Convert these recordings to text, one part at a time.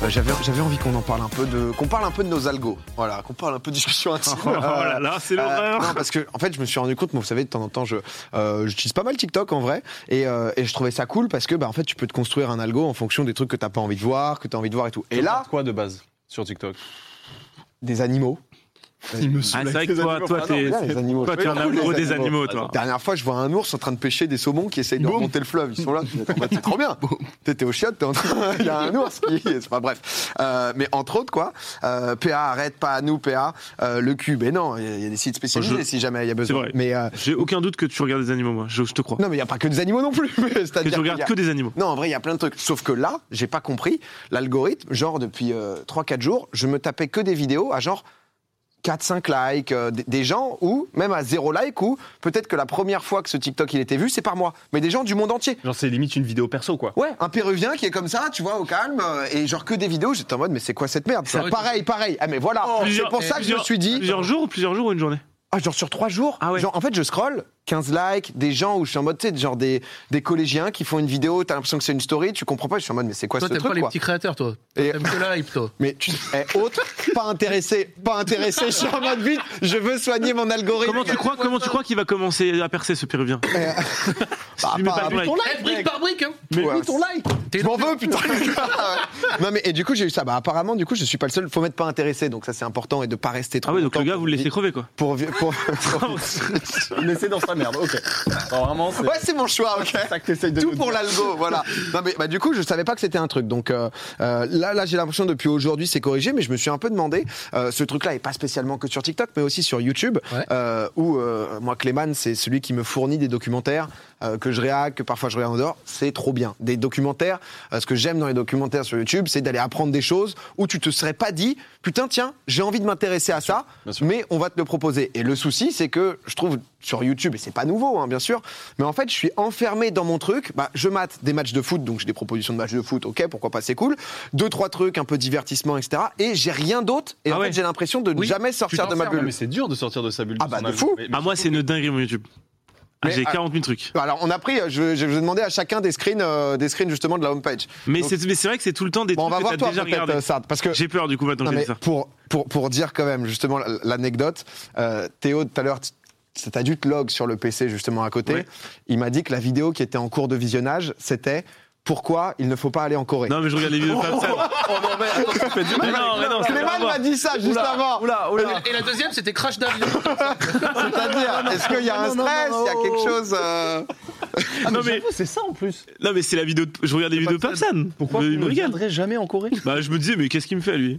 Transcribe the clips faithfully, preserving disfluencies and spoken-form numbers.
Euh, j'avais, j'avais envie qu'on en parle un peu de, qu'on parle un peu de nos algos. Voilà, qu'on parle un peu de discussion intime. Oh là là, c'est l'horreur. Euh, non, parce que en fait, je me suis rendu compte, moi, vous savez, de temps en temps, je, euh, j'utilise pas mal TikTok en vrai, et, euh, et je trouvais ça cool parce que, bah, en fait, tu peux te construire un algo en fonction des trucs que t'as pas envie de voir, que t'as envie de voir et tout. Et là, quoi de base sur TikTok? des animaux. Il me Ah, c'est vrai que toi, toi, Ah non, t'es, mais là, les animaux, toi, je t'es un fais amoureux les des animaux, toi. Dernière fois, je vois un ours en train de pêcher des saumons qui essayent de remonter le fleuve. Ils sont là. C'est trop bien. T'es au chiottes, t'es en train. Il y a un ours qui. C'est pas bref. Euh, mais entre autres, quoi. Euh, P A, arrête, pas à nous, P A. Euh, le cube. Et non, il y, y a des sites spécialisés Je... si jamais il y a besoin. C'est vrai. Mais euh... j'ai aucun doute que tu regardes des animaux, moi. Je, je te crois. Non, mais il y a pas que des animaux non plus. Que tu regardes a... que des animaux. Non, en vrai, il y a plein de trucs. Sauf que là, j'ai pas compris l'algorithme. Genre depuis euh, trois quatre jours, je me tapais que des vidéos à genre quatre cinq likes, euh, des, des gens ou même à zéro like, ou peut-être que la première fois que ce TikTok il était vu, c'est par moi, mais des gens du monde entier. Genre c'est limite une vidéo perso quoi. Ouais, un Péruvien qui est comme ça, tu vois, au calme, euh, et genre que des vidéos, j'étais en mode mais c'est quoi cette merde? Ça, pareil, pareil. Ah mais voilà, Oh, c'est plusieurs- pour ça que je me suis dit. Plusieurs jours ou plusieurs jours ou une journée? Ah, genre sur trois jours. Ah ouais. Genre, en fait, je scroll, quinze likes, des gens où je suis en mode, tu sais, genre des, des collégiens qui font une vidéo, t'as l'impression que c'est une story, tu comprends pas, je suis en mode, mais c'est quoi Toi, ce t'aimes truc, pas les quoi. petits créateurs, toi. Et- T'aimes que la hype, toi. Mais tu eh, autre, pas intéressé, pas intéressé, je suis en mode vite, je veux soigner mon algorithme. Comment tu crois, comment tu crois qu'il va commencer à percer ce Péruvien? Bah, Tu lui mets pas- pas ton like. ton Eh, brique par brique, hein. Mais Ouais, oui, ton like. T'es Je m'en veux, putain. Non mais et du coup j'ai eu ça. Bah apparemment du coup je suis pas le seul. Faut mettre pas intéressé, donc ça c'est important et de pas rester trop. Ah ouais, donc le longtemps gars, vous le laissez crever, quoi. pour pour. pour... Laissez dans sa merde, ok. Alors vraiment, c'est Ouais, c'est mon choix, ok. ça que t'essayes de Tout nous pour dire. l'algo, voilà. Non mais bah du coup je savais pas que c'était un truc. Donc euh, euh, là là j'ai l'impression depuis aujourd'hui c'est corrigé, mais je me suis un peu demandé. Euh, ce truc-là est pas spécialement que sur TikTok, mais aussi sur YouTube, Ouais. euh, où euh, moi Clément c'est celui qui me fournit des documentaires euh, que je réacte, que parfois je regarde en dehors. C'est trop bien. Des documentaires. euh, ce que j'aime dans les documentaires sur YouTube, c'est d'aller apprendre des choses où tu te serais pas dit putain tiens j'ai envie de m'intéresser à ça, bien sûr. mais on va te le proposer. Et le souci c'est que je trouve sur YouTube, et c'est pas nouveau hein, bien sûr, mais en fait je suis enfermé dans mon truc. Bah, je mate des matchs de foot, donc j'ai des propositions de matchs de foot, ok, pourquoi pas, c'est cool. Deux trois trucs, un peu divertissement, et cetera. Et j'ai rien d'autre. Et Ah en ouais. fait j'ai l'impression de ne Oui, jamais tu sortir de ma t'enfermes, bulle. Mais c'est dur de sortir de sa bulle. Ah de bah, son de algo. fou. Mais- mais Ah, moi, c'est une dinguerie, mon YouTube. Ah, Mais, j'ai ah, quarante mille trucs. Alors on a pris, je, je vous ai demandé à chacun des screens, euh, des screens justement de la homepage. Mais Donc, c'est, mais c'est vrai que c'est tout le temps des bon, on va trucs voir que toi t'as déjà peut-être regardé. euh, Sard, parce que J'ai peur, du coup, maintenant non, que j'ai mais dit ça. pour pour pour dire quand même justement l'anecdote, euh, Théo tout à l'heure. T'as dû te log sur le P C justement à côté. Ouais. Il m'a dit que la vidéo qui était en cours de visionnage, c'était pourquoi il ne faut pas aller en Corée. Non, mais je regarde les vidéos de Fab Sam. Oh non, mais attends, tu fais du mal. Mais non, mais non, ça n'a rien à Clément voir. m'a dit ça juste Oula, avant. Oula, oula. Et la deuxième, c'était crash d'avion. C'est-à-dire, est-ce qu'il y a un non, non, stress, non, il y a non. quelque chose euh, Ah, Non, mais mais- j'avoue, c'est ça en plus. Non, mais c'est la vidéo de... Je regarde les vidéos de Fab Sam. Pourquoi Mais tu il ne me regarde. viendrais jamais en Corée? Bah, je me disais, mais qu'est-ce qu'il me fait, lui?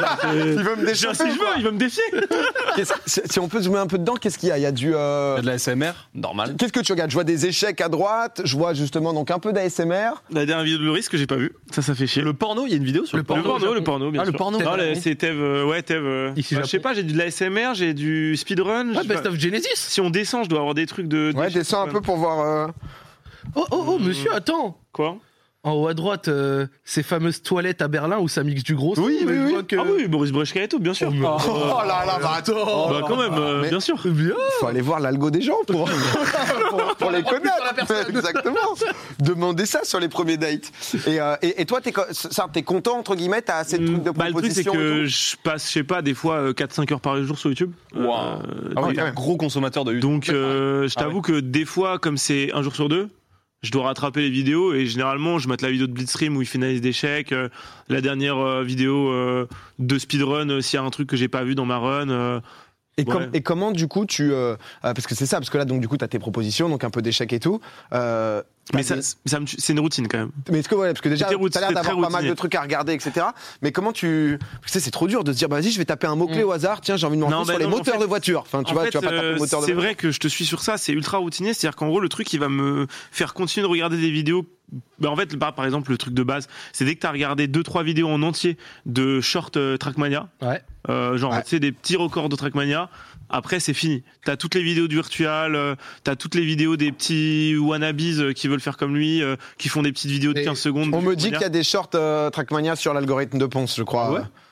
Il veut me Genre, déchauffer. si je veux, il va me défier. Qu'est-ce- Si si on peut zoomer un peu dedans, qu'est-ce qu'il y a Il y a du. euh, Il y a de la S M R, normal. Qu'est-ce que tu regardes? Je vois des échecs à droite, je vois justement donc un peu d'A S M R. La dernière vidéo de Loris que j'ai pas vue. Ça, ça fait chier. Le porno, il y a une vidéo sur le, Le porno. porno, le porno, bien Ah, sûr. le porno. Non, le- c'est Tev, euh, ouais, Tev. euh, Ici, bah, je sais Japon. pas, j'ai de l'A S M R, j'ai du speedrun. Ah, j'ai Best pas- of Genesis. Si on descend, je dois avoir des trucs de. Ouais, de- descends un peu pour voir. euh, Oh, oh, oh, monsieur, attends. Quoi? En haut à droite, euh, ces fameuses toilettes à Berlin où ça mixe du gros. Oui, mais oui, je oui. vois que- Ah oui, Boris Brejcha et tout, bien sûr. Oh, Oh là là, bah attends. Bah, quand même, euh, Mais- bien sûr. Bien. Faut aller voir l'algo des gens pour, pour, pour les Plus sur la connaître. personne. Exactement. Demandez ça sur les premiers dates. Et, euh, et, et toi, t'es, co- ça, t'es content, entre guillemets, t'as assez de trucs de Bah, le truc, c'est propositions que et tout je passe, je sais pas, des fois euh, quatre cinq heures par jour sur YouTube. Wow. Euh, Ah ouais, oui, quand même. gros consommateur de YouTube. Donc, euh, je Ah t'avoue que des fois, comme c'est un jour sur deux, je dois rattraper les vidéos et généralement, je mate la vidéo de Blitzstream où il fait une analyse d'échecs, euh, la dernière euh, vidéo euh, de speedrun euh, s'il y a un truc que j'ai pas vu dans ma run. euh, Et, com- Ouais. et comment du coup tu euh, euh, parce que c'est ça parce que là donc du coup t'as tes propositions donc un peu d'échecs et tout euh, mais t'as ça, des- ça me tue- c'est une routine quand même. mais est-ce que ouais parce que déjà C'était rout- t'as l'air c'était d'avoir très pas mal routinier. de trucs à regarder etc mais comment tu parce que tu sais, c'est trop dur de se dire bah, vas-y je vais taper un mot clé Mm. au hasard tiens j'ai envie de m'en Non, sur bah les non, en moteurs fait- de voiture enfin tu En vois fait, tu vas pas taper euh, le moteur de c'est voiture vrai que je te suis sur ça, c'est ultra routinier, c'est-à-dire qu'en gros le truc qui va me faire continuer de regarder des vidéos. Bah en fait, par, par exemple, le truc de base, c'est dès que t'as regardé deux trois vidéos en entier de short euh, Trackmania, Ouais. euh, genre Ouais. tu sais des petits records de Trackmania. Après, c'est fini. T'as toutes les vidéos du virtual, euh, t'as toutes les vidéos des petits wannabes euh, qui veulent faire comme lui, euh, qui font des petites vidéos de Et quinze secondes. on de me dit qu'il y a Trackmania. des shorts euh, Trackmania sur l'algorithme de Ponce je crois Ouais.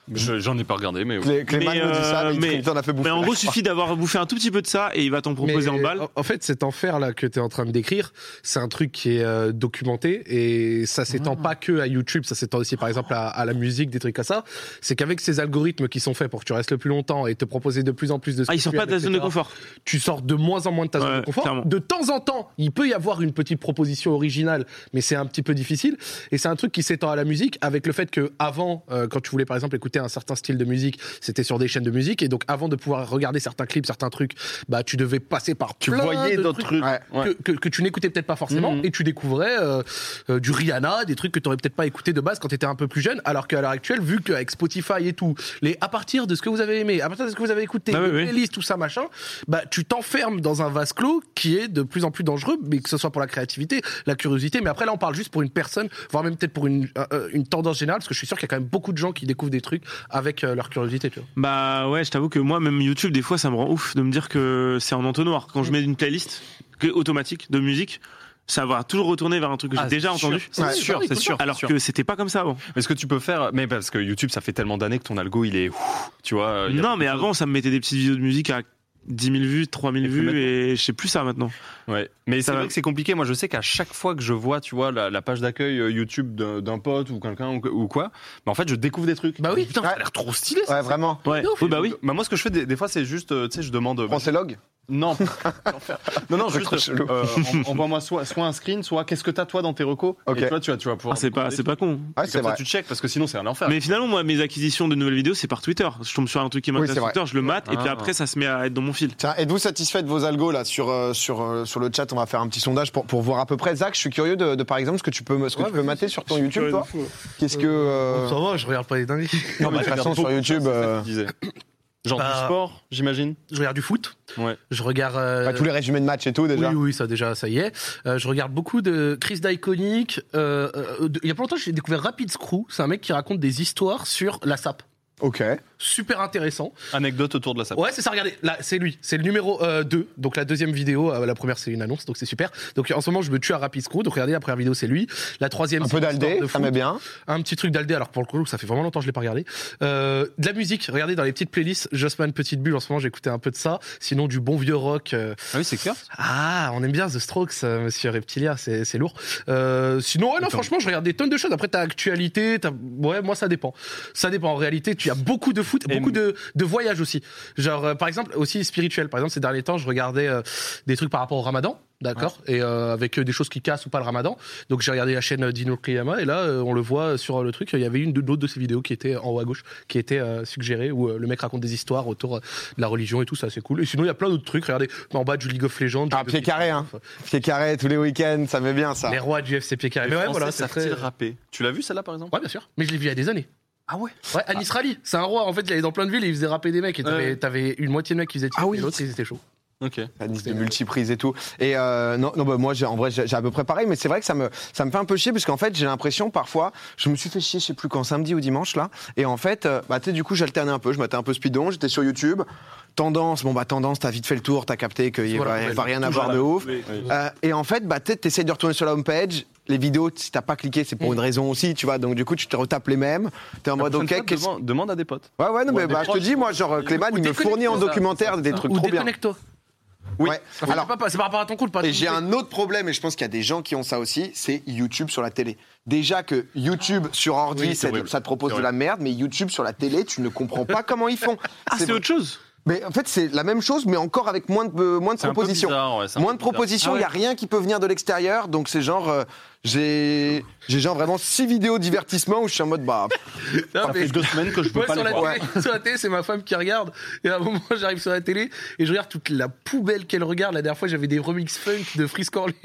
Je- J'en ai pas regardé, mais oui. Clé- Clément Mais, nous dit ça, euh, mais, mais- il t'en a fait bouffer. Mais en gros, il suffit d'avoir bouffé un tout petit peu de ça et il va t'en proposer Mais, en balle. En, en fait, cet enfer là que tu es en train de décrire, c'est un truc qui est euh, documenté et ça s'étend pas que à YouTube, ça s'étend aussi par exemple à, à la musique, des trucs comme ça. C'est qu'avec ces algorithmes qui sont faits pour que tu restes le plus longtemps et te proposer de plus en plus de Ah, il sort pas de la zone de confort. tu sors de moins en moins de ta zone Ouais, de confort. clairement. De temps en temps, il peut y avoir une petite proposition originale, mais c'est un petit peu difficile. Et c'est un truc qui s'étend à la musique avec le fait que avant, euh, quand tu voulais par exemple écouter un certain style de musique, c'était sur des chaînes de musique et donc avant de pouvoir regarder certains clips, certains trucs, bah tu devais passer par Tu plein voyais de d'autres trucs. Ouais. Ouais. que, que, que tu n'écoutais peut-être pas forcément Mhm. et tu découvrais euh, euh, du Rihanna, des trucs que tu aurais peut-être pas écouté de base quand tu étais un peu plus jeune, alors qu'à l'heure actuelle, vu qu'avec Spotify et tout, les à partir de ce que vous avez aimé, à partir de ce que vous avez écouté, Ah les oui, oui. playlists, tout ça machin, bah tu t'enfermes dans un vase clos qui est de plus en plus dangereux, mais que ce soit pour la créativité, la curiosité, mais après là on parle juste pour une personne, voire même peut-être pour une, euh, une tendance générale, parce que je suis sûr qu'il y a quand même beaucoup de gens qui découvrent des trucs avec euh, leur curiosité, tu vois. Bah ouais, je t'avoue que moi, même YouTube, des fois, ça me rend ouf de me dire que c'est en entonnoir. Quand je mets une playlist que- automatique de musique, ça va toujours retourner vers un truc que j'ai Ah, déjà c'est sûr. entendu. C'est Ouais. sûr, Oui, c'est tout sûr. Alors sûr. que c'était pas comme ça avant. Mais ce que tu peux faire, mais parce que YouTube, ça fait tellement d'années que ton algo, il est, ouf, tu vois. il y a Non, beaucoup mais de avant, ça me mettait des petites vidéos de musique à dix mille vues, trois mille Et plus vues, maintenant. et je sais plus ça maintenant. Ouais. Mais Ça c'est va. vrai que c'est compliqué. Moi, je sais qu'à chaque fois que je vois, tu vois, la, la page d'accueil euh, YouTube d'un d'un pote ou quelqu'un ou, ou quoi, bah, en fait, je découvre des trucs. Bah oui. Putain, ça a l'air trop stylé. Ça. Ouais, vraiment. Ouais, de ouf. oui, bah oui. Bah, moi, ce que je fais des, des fois, c'est juste, euh, tu sais, je demande. euh, Français log. Non, non, non, C'est juste trop chelou. euh, en- envoie-moi soit, soit un screen, soit qu'est-ce que t'as toi dans tes recos. Ok. Et tu vois, tu vas, tu vas pouvoir. Ah, c'est pas, c'est pas con. Ouais, Et c'est comme ça, vrai. tu check parce que sinon, c'est un enfer. Mais finalement, moi, mes acquisitions de nouvelles vidéos, c'est par Twitter. Je tombe sur un truc qui Oui, m'intéresse c'est sur vrai. Twitter, je le mate, et puis Ah. après, ça se met à être dans mon fil. Tiens, êtes-vous satisfait de vos algos là sur, euh, sur, euh, sur le chat? On va faire un petit sondage pour, pour voir à peu près. Zach, je suis curieux de, de, par exemple ce que tu peux, me- ce que Ouais, tu peux vas-y, mater sur ton YouTube, toi. Qu'est-ce que. euh, Ça va, je regarde pas les dingueries. Non, mais de toute façon, sur YouTube. C'est ça euh, que je disais. Genre Bah, du sport, j'imagine. Je regarde du foot. Ouais. Je regarde. euh, bah, tous les résumés de match et tout déjà. Oui, oui, ça déjà, ça y est. Euh, je regarde beaucoup de Chris d'Iconic. Euh, euh, de- il y a pas longtemps, j'ai découvert Rapid Screw. C'est un mec qui raconte des histoires sur la S A P. Ok. Super intéressant. Anecdote autour de la salle. Ouais, c'est ça, regardez. Là, c'est lui. C'est le numéro euh, deux. Donc, la deuxième vidéo. euh, la première, c'est une annonce. Donc, c'est super. Donc, en ce moment, je me tue à Rapid Screw. Donc, regardez, la première vidéo, c'est lui. La troisième, Un c'est peu une d'Aldé, histoire de ça foot. met bien. Un petit truc d'Aldé. Alors, pour le coup, ça fait vraiment longtemps que je l'ai pas regardé. Euh, de la musique. Regardez dans les petites playlists. Jossman Petite Bulle. En ce moment, j'écoutais un peu de ça. Sinon, du bon vieux rock. euh, Ah oui, c'est clair. Ah, on aime bien The Strokes, euh, monsieur Reptilia, c'est c'est lourd. Euh, sinon, ouais, non, Attends. franchement, je regarde des tonnes de choses. Après, t'as actualité, t'as... ouais, moi, ça dépend. Ça dépend. En réalité, tu as beaucoup de foot, Et beaucoup m- de, de voyages aussi. Genre, euh, par exemple, aussi spirituel. Par exemple, ces derniers temps, je regardais euh, des trucs par rapport au Ramadan. D'accord, et euh, avec euh, des choses qui cassent ou pas le Ramadan. Donc j'ai regardé la chaîne d'Ino Kriyama et là euh, on le voit sur le truc. Il y avait une de d'autres de ces vidéos qui était en haut à gauche, qui était euh, suggérée où euh, le mec raconte des histoires autour euh, de la religion et tout ça, c'est cool. Et sinon il y a plein d'autres trucs. Regardez en bas du League of Legends. Ah, du- pied carré, hein. Pied carré tous les week-ends, ça met bien ça. Les rois du F C pied carré. Les Mais ouais, Français voilà, c'est savent-ils très. rapper. Tu l'as vu celle-là par exemple? Ouais, bien sûr. Mais je l'ai vu il y a des années. Ah ouais. Ouais, Anis Rally, c'est un roi. En fait, il allait dans plein de villes et il faisait rapper des mecs. Et t'avais, Ouais. t'avais une moitié de mecs qui faisaient Ah oui. et l'autre ils étaient chauds. Ok. La liste de multiprises et tout. Et euh, non, non bah, moi, j'ai, en vrai, j'ai, j'ai à peu près pareil, mais c'est vrai que ça me, ça me fait un peu chier, parce qu'en fait, j'ai l'impression parfois, je me suis fait chier, je sais plus quand, samedi ou dimanche, là. Et en fait, euh, bah, tu sais, du coup, j'alternais un peu, je mettais un peu Speedon, j'étais sur YouTube. Tendance, bon, bah, tendance, t'as vite fait le tour, t'as capté qu'il Voilà, va, ouais, va rien toujours avoir la- de ouf. Oui. Euh, et en fait, bah, tu sais, t'essayes de retourner sur la homepage. Les vidéos, si t'as pas cliqué, c'est pour une raison aussi, tu vois. Donc, du coup, tu te retapes les mêmes. T'es en La mode, prochaine ok, fois, qu'est-ce- demande, demande à des potes. Ouais, ouais, non, Ou à mais des bah, je te proches. dis, moi, genre, Clément, ou il me déconnecte, fournit en c'est ça, documentaire c'est ça, des c'est ça. trucs Ou trop bien. déconnecte-toi. Oui. Ouais. Enfin, Alors, c'est, pas, c'est par rapport à ton coup, pas et ton j'ai coup. un autre problème, et je pense qu'il y a des gens qui ont ça aussi, c'est YouTube sur la télé. Déjà que YouTube sur ordi, Oui, c'est ça, horrible. ça te propose C'est de la merde, mais YouTube sur la télé, tu ne comprends pas comment ils font. Ah, c'est autre chose. Mais en fait, c'est la même chose, mais encore avec moins de, euh, moins de C'est un peu propositions. bizarre, ouais, c'est un Moins peu de bizarre. propositions, il Ah n'y a ouais. rien qui peut venir de l'extérieur, donc c'est genre, euh, j'ai, j'ai genre vraiment six vidéos divertissement où je suis en mode, bah, Non, Ça mais- fait deux semaines que je peux Moi, pas sur les la, voir. télé, sur la télé, c'est ma femme qui regarde. Et à un moment, j'arrive sur la télé et je regarde toute la poubelle qu'elle regarde. La dernière fois, j'avais des remix funk de Freeze Corleone.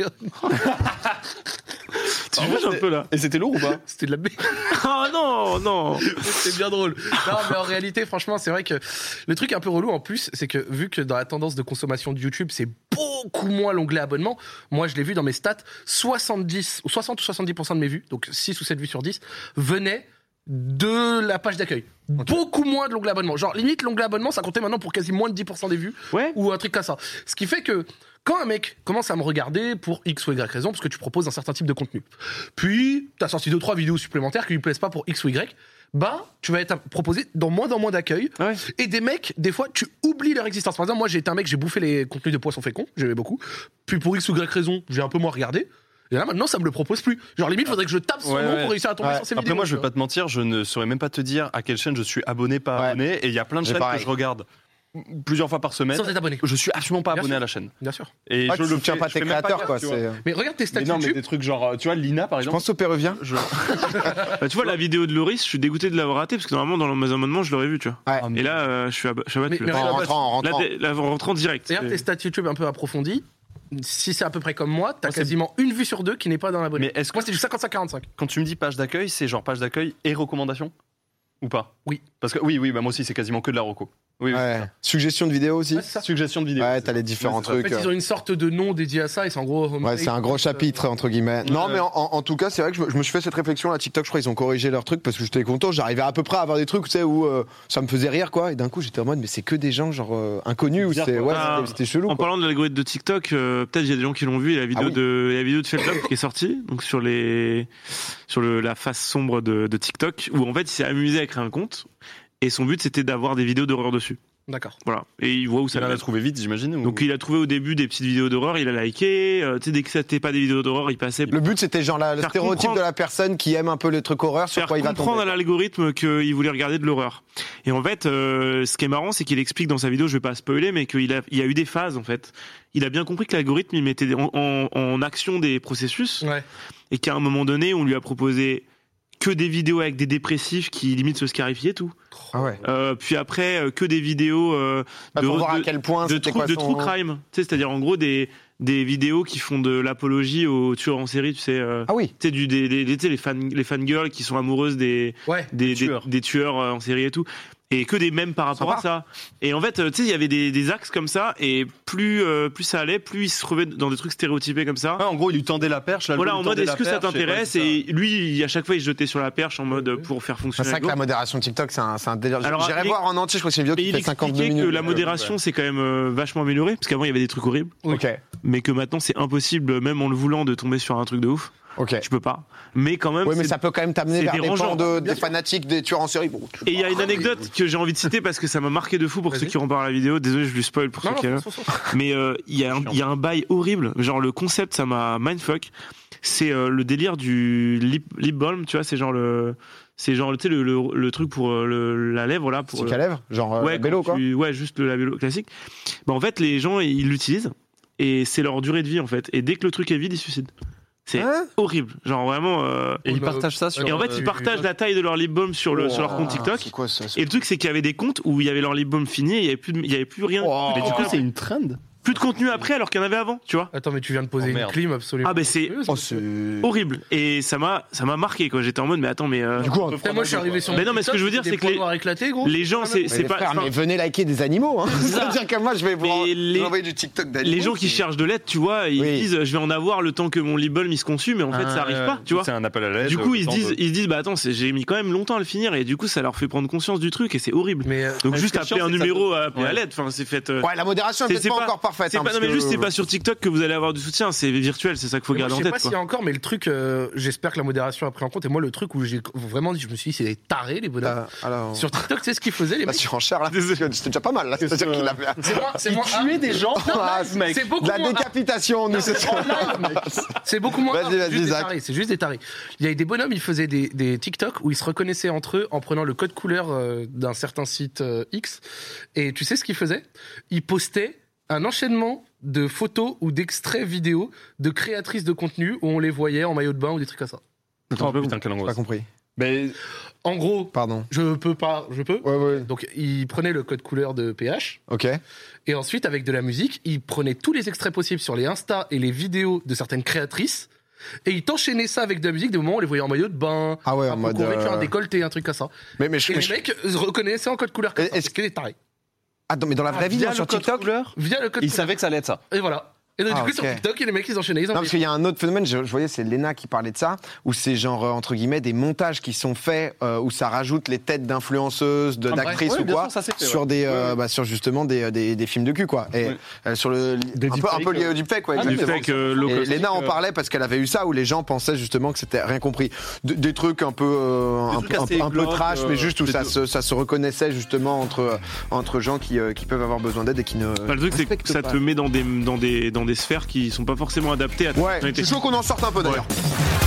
Tu bouges un peu là. Et c'était lourd ou pas? C'était de la merde. Oh non, non. C'était bien drôle. Non, mais en réalité, franchement, c'est vrai que le truc un peu relou en plus, c'est que vu que dans la tendance de consommation de YouTube, c'est beaucoup moins l'onglet abonnement, moi, je l'ai vu dans mes stats, soixante-dix, ou soixante ou soixante-dix pour cent de mes vues, donc six ou sept vues sur dix, venaient de la page d'accueil. Beaucoup moins de l'onglet abonnement. Genre, limite, l'onglet abonnement, ça comptait maintenant pour quasi moins de dix pour cent des vues. Ouais. Ou un truc comme ça. Ce qui fait que quand un mec commence à me regarder pour X ou Y raison, parce que tu proposes un certain type de contenu, puis t'as sorti deux trois vidéos supplémentaires qui lui plaisent pas pour X ou Y, bah, tu vas être proposé dans moins en moins d'accueil. Ouais. Et des mecs, des fois, tu oublies leur existence. Par exemple, moi, j'ai été un mec, j'ai bouffé les contenus de poissons féconds, j'aimais beaucoup. Puis pour X ou Y raison, j'ai un peu moins regardé. Et là, maintenant, ça me le propose plus. Genre, limite, faudrait que je tape son Ouais, nom ouais. pour réussir à tomber Ouais. sur ses Après, vidéos. moi, je tu vais pas te mentir, je ne saurais même pas te dire à quelle chaîne je suis abonné, pas Ouais. abonné. Et il y a plein de J'ai chaînes pareil. que je regarde plusieurs fois par semaine. vois. Sans être abonné. Je suis absolument pas Bien abonné sûr. à la chaîne. Bien sûr. Et Ouais, je tu le soutiens fais- pas je tes fais même pas créateurs, gaffe, quoi. tu vois. c'est- Mais regarde tes stats Mais non, mais YouTube. des trucs genre, tu vois, Lina par Je exemple. pense au Péruvien. Je... Bah, tu vois, la vidéo de Loris, je suis dégoûté de l'avoir raté parce que normalement, dans mes abonnements, je l'aurais vu, tu vois. Ouais. Et là, euh, je suis ab- je suis abattu. Mais- là. mais En rentrant, en Là, rentrant. dès- là, en rentrant direct. Regarde tes C'est- stats YouTube un peu approfondies. Si c'est à peu près comme moi, t'as Moi, c'est- quasiment une vue sur deux qui n'est pas dans l'abonné. Mais est-ce que Moi, c'est du cinquante-cinq quarante-cinq. quand tu me dis page d'accueil, c'est genre page d'accueil et recommandations ou pas? Oui. Parce que oui, oui, bah moi aussi, c'est quasiment que de la reco. Oui, oui, Ouais. Suggestion de vidéo aussi. Ouais, c'est ça. Suggestion de vidéo. Ouais, t'as les différents Ouais, c'est ça. En trucs. fait, ils ont une sorte de nom dédié à ça et c'est en gros. Ouais, c'est un gros chapitre, entre guillemets. Non, Ouais. mais en, en- en tout cas, c'est vrai que je, me- je me suis fait cette réflexion à TikTok. Je crois qu'ils ont corrigé leur truc parce que j'étais content. J'arrivais à peu près à avoir des trucs, tu sais, où euh, ça me faisait rire, quoi. Et d'un coup, j'étais en mode, mais c'est que des gens, genre, euh, inconnus, ou Bizarre, c'est. quoi. Ouais, Ah, c'était- c'était chelou, En quoi. parlant de l'algorithme de TikTok, euh, peut-être il y a des gens qui l'ont vu, et la vidéo Ah oui. de la vidéo de Feldup qui est sortie, donc sur les sur le, la face sombre de, de TikTok, où en fait il s'est amusé à créer un compte et son but c'était d'avoir des vidéos d'horreur dessus. D'accord. Voilà, et il voit où ça Ça va. l'a trouvé vite, j'imagine. ou- Donc il a trouvé au début des petites vidéos d'horreur, il a liké, euh, tu sais dès que c'était pas des vidéos d'horreur, il passait. Le but, c'était genre la- le Faire stéréotype comprendre- de la personne qui aime un peu les trucs horreur, sur Faire quoi il va comprendre à tomber. l'algorithme qu'il voulait regarder de l'horreur. Et en fait, euh, ce qui est marrant, c'est qu'il explique dans sa vidéo, je vais pas spoiler, mais qu'il a, il y a eu des phases en fait. Il a bien compris que l'algorithme il mettait en, en, en action des processus Ouais. et qu'à un moment donné, on lui a proposé que des vidéos avec des dépressifs qui limite se scarifiaient tout. Ah ouais. Euh, puis après, euh, que des vidéos euh, Bah, de, pour voir à de- quel point de, c'était true, quoi de son- true crime. Tu sais, c'est-à-dire en gros des des vidéos qui font de l'apologie aux tueurs en série, tu sais. euh, Ah oui. tu sais, du, des, des, des- tu sais, les fan, les fangirls qui sont amoureuses des, Ouais. des, Des des, tueurs. des tueurs euh, en série et tout. Et que des mèmes par rapport Sympa. à ça. Et en fait, euh, tu sais, il y avait des, des axes comme ça, et plus, euh, plus ça allait, plus il se retrouvait dans des trucs stéréotypés comme ça. Ouais, en gros, il lui tendait la perche. l'algo Voilà, lui en mode tendait est-ce la que ça perche, t'intéresse? ouais, c'est Et lui, il- à chaque fois, il se jetait sur la perche en mode euh, pour faire C'est fonctionner vrai que l'algo. la modération TikTok, c'est un, c'est un délire. Alors, J'irai il- voir en entier, je crois que c'est une vidéo Mais qui il fait cinquante-deux expliquait minutes. que la modération, c'est quand même euh, vachement amélioré, parce qu'avant, il y avait des trucs horribles, Ok, mais que maintenant, c'est impossible, même en le voulant, de tomber sur un truc de ouf. ok. Tu peux pas. Mais quand même, Oui, mais c'est- ça peut quand même t'amener c'est vers des dérangeant. pans de, Bien des sûr. fanatiques, des tueurs en série. Bon, tu- Et il y a une anecdote que j'ai envie de citer parce que ça m'a marqué de fou pour Vas-y. ceux qui regardent la vidéo. Désolé, je lui spoil pour Non, ceux non, qui fonce, fonce, fonce. Mais euh, il y, a un- il y a un bail horrible. Genre le concept, ça m'a mindfuck. C'est euh, le délire du lip, lip balm, tu vois. C'est genre le, c'est genre tu sais le, le, le truc pour euh, le, la lèvre là. Pour Stick le- à lèvres, genre euh, ouais, la bélo, quand quoi. tu- ouais, juste le labello classique. Bah, en fait, les gens ils l'utilisent et c'est leur durée de vie en fait. Et dès que le truc est vide, ils se suicident. C'est Hein horrible. Genre vraiment. euh, Et ils Oh, partagent ça sur. Et en fait, euh, ils partagent la taille de leur lip balm sur le sur leur compte Oh, TikTok. C'est quoi ça ce- Et le truc, c'est qu'il y avait des comptes où il y avait leur lip balm fini et il y avait plus, de- il y avait plus rien. Oh. plus, de Mais du coup, contenu c'est après. une trend. Plus de contenu après alors qu'il y en avait avant, tu vois. Attends, mais tu viens de poser Oh, une merde. clim absolument. Ah, ben c'est Oh, c'est. horrible. Et ça m'a, ça m'a marqué, quoi. J'étais en mode, mais attends, mais. euh, Du coup, on- Putain, moi, je suis arrivé sur Mais mon non, mais ce que je veux dire, TikTok, c'est que des les- points noirs éclatés, gros. les gens, c'est, Mais c'est les pas. frères, enfin, mais venez liker des animaux. Hein. ça. C'est-à-dire que moi, je vais vous, Mais en- les- vous envoyer du TikTok d'animaux. Les gens qui c'est- cherchent de l'aide, tu vois, ils Oui. disent, je vais en avoir le temps que mon lip balm il se consume, mais en fait, ça arrive pas, tu vois. C'est un appel à l'aide. Du coup, euh, ils se le temps disent, de- ils se disent, bah attends, c'est- j'ai mis quand même longtemps à le finir, et du coup, ça leur fait prendre conscience du truc, et c'est horrible. Mais euh, Donc Mais juste ce qui est appeler chiant, un c'est que ça numéro peut- à appeler à Ouais. l'aide. Enfin, c'est fait. euh, Ouais, la modération est C'est- peut-être c'est pas pas- encore parfaite. C'est hein, pas, non, parce mais juste, que- c'est pas sur TikTok que vous allez avoir du soutien, c'est virtuel, c'est ça qu'il faut moi, garder je en sais tête, pas s'il quoi. y a encore, mais le truc, euh, j'espère que la modération a pris en compte. Et moi, le truc où j'ai vraiment dit, je me suis dit, c'est des tarés, les bonhommes. Ah, alors. Sur TikTok, tu sais ce qu'ils faisaient, les La mecs. surenchère, là. C'était déjà pas mal, là. C'est-à-dire qu'il a fait. C'est moins, c'est Il moins tuait des gens. Ah, live, mec. C'est beaucoup De la moins. décapitation, nous, c'est ça. C'est beaucoup moins. Vas-y, c'est vas-y, juste des Zach. tarés, C'est juste des tarés. Il y avait des bonhommes, ils faisaient des, des TikTok où ils se reconnaissaient entre eux en prenant le code couleur euh, d'un certain site euh, X. Et tu sais ce qu'ils faisaient? Ils postaient un enchaînement de photos ou d'extraits vidéo de créatrices de contenu où on les voyait en maillot de bain ou des trucs comme ça. Oh putain, quelle Pas angoisse. compris. Mais En gros, Pardon. je peux pas, je peux. Ouais, ouais. Donc ils prenaient le code couleur de P H Ok. et ensuite avec de la musique, ils prenaient tous les extraits possibles sur les Insta et les vidéos de certaines créatrices et ils t'enchaînaient ça avec de la musique des moments où on les voyait en maillot de bain, Ah ouais, en un peu mode. convaincu, euh, un décolleté, un truc comme ça. Mais, mais je. Et mais les je- mecs se reconnaissaient en code couleur comme Et- ça. est-ce- C'est que des tarés. Attends, mais dans la vraie vie, via non, le sur code TikTok. couleur, Via le code il couleur. savait que ça allait être ça. Et voilà. Et donc, Ah, du coup, ok. sur TikTok, et les mecs, ils enchaînaient, ils Non, parce enchaînaient. qu'il y a un autre phénomène, je, je voyais, c'est Léna qui parlait de ça, où c'est genre, euh, entre guillemets, des montages qui sont faits, euh, où ça rajoute les têtes d'influenceuses, de- Ah, d'actrices ouais, ou bien quoi, sûr, ça, c'est fait, sur, ouais. des, euh, Ouais, ouais. bah, sur justement des, des, des films de cul, quoi. Et Ouais. euh, sur le. Des Un peu, un deepfakes, peu lié euh. au deepfake, ouais, Ah, Du exactement. fait que Et low cost. Léna en euh, parlait parce qu'elle avait eu ça où les gens pensaient justement que c'était rien compris. De- des trucs un peu, euh, Des un, trucs peu- un, assez peu- un peu glauques, trash, euh, mais juste où c'est ça tout. se, ça se reconnaissait justement entre, entre gens qui, euh, qui peuvent avoir besoin d'aide et qui ne. Bah, le truc, c'est que respectent ça pas. te met dans des, dans, des, dans des sphères qui sont pas forcément adaptées à ta Ouais, je personnalité. suis chaud qu'on en sorte un peu d'ailleurs. Ouais.